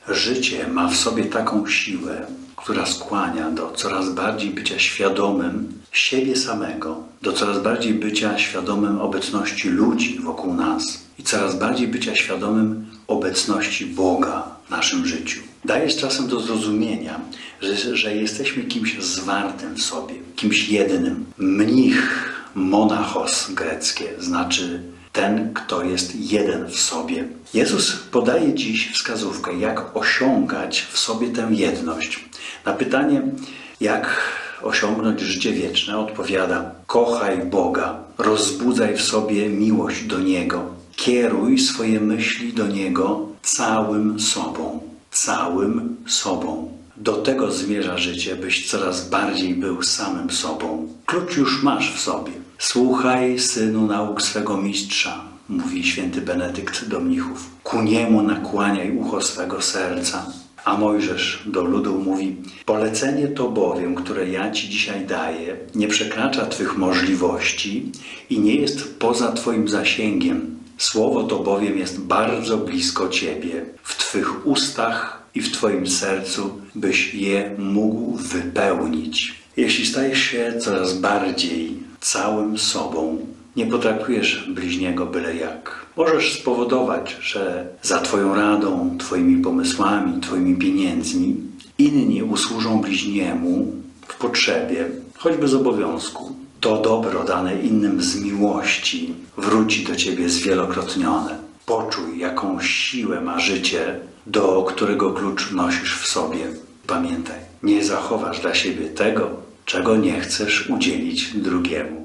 Życie ma w sobie taką siłę, która skłania do coraz bardziej bycia świadomym siebie samego, do coraz bardziej bycia świadomym obecności ludzi wokół nas i coraz bardziej bycia świadomym obecności Boga w naszym życiu. Dajesz czasem do zrozumienia, że jesteśmy kimś zwartym w sobie, kimś jednym. Mnich, monachos greckie, znaczy ten, kto jest jeden w sobie. Jezus podaje dziś wskazówkę, jak osiągać w sobie tę jedność. Na pytanie, jak osiągnąć życie wieczne, odpowiada: kochaj Boga, rozbudzaj w sobie miłość do Niego, kieruj swoje myśli do Niego całym sobą. Całym sobą. Do tego zmierza życie, byś coraz bardziej był samym sobą. Klucz już masz w sobie. Słuchaj, synu, nauk swego mistrza, mówi święty Benedykt do mnichów. Ku niemu nakłaniaj ucho swego serca. A Mojżesz do ludu mówi: polecenie to bowiem, które ja ci dzisiaj daję, nie przekracza twych możliwości i nie jest poza twoim zasięgiem. Słowo to bowiem jest bardzo blisko ciebie, w twych ustach i w twoim sercu, byś je mógł wypełnić. Jeśli stajesz się coraz bardziej całym sobą, nie potraktujesz bliźniego byle jak. Możesz spowodować, że za twoją radą, twoimi pomysłami, twoimi pieniędzmi inni usłużą bliźniemu w potrzebie, choćby z obowiązku. To dobro dane innym z miłości wróci do ciebie zwielokrotnione. Poczuj, jaką siłę ma życie, do którego klucz nosisz w sobie. Pamiętaj, nie zachowasz dla siebie tego, czego nie chcesz udzielić drugiemu.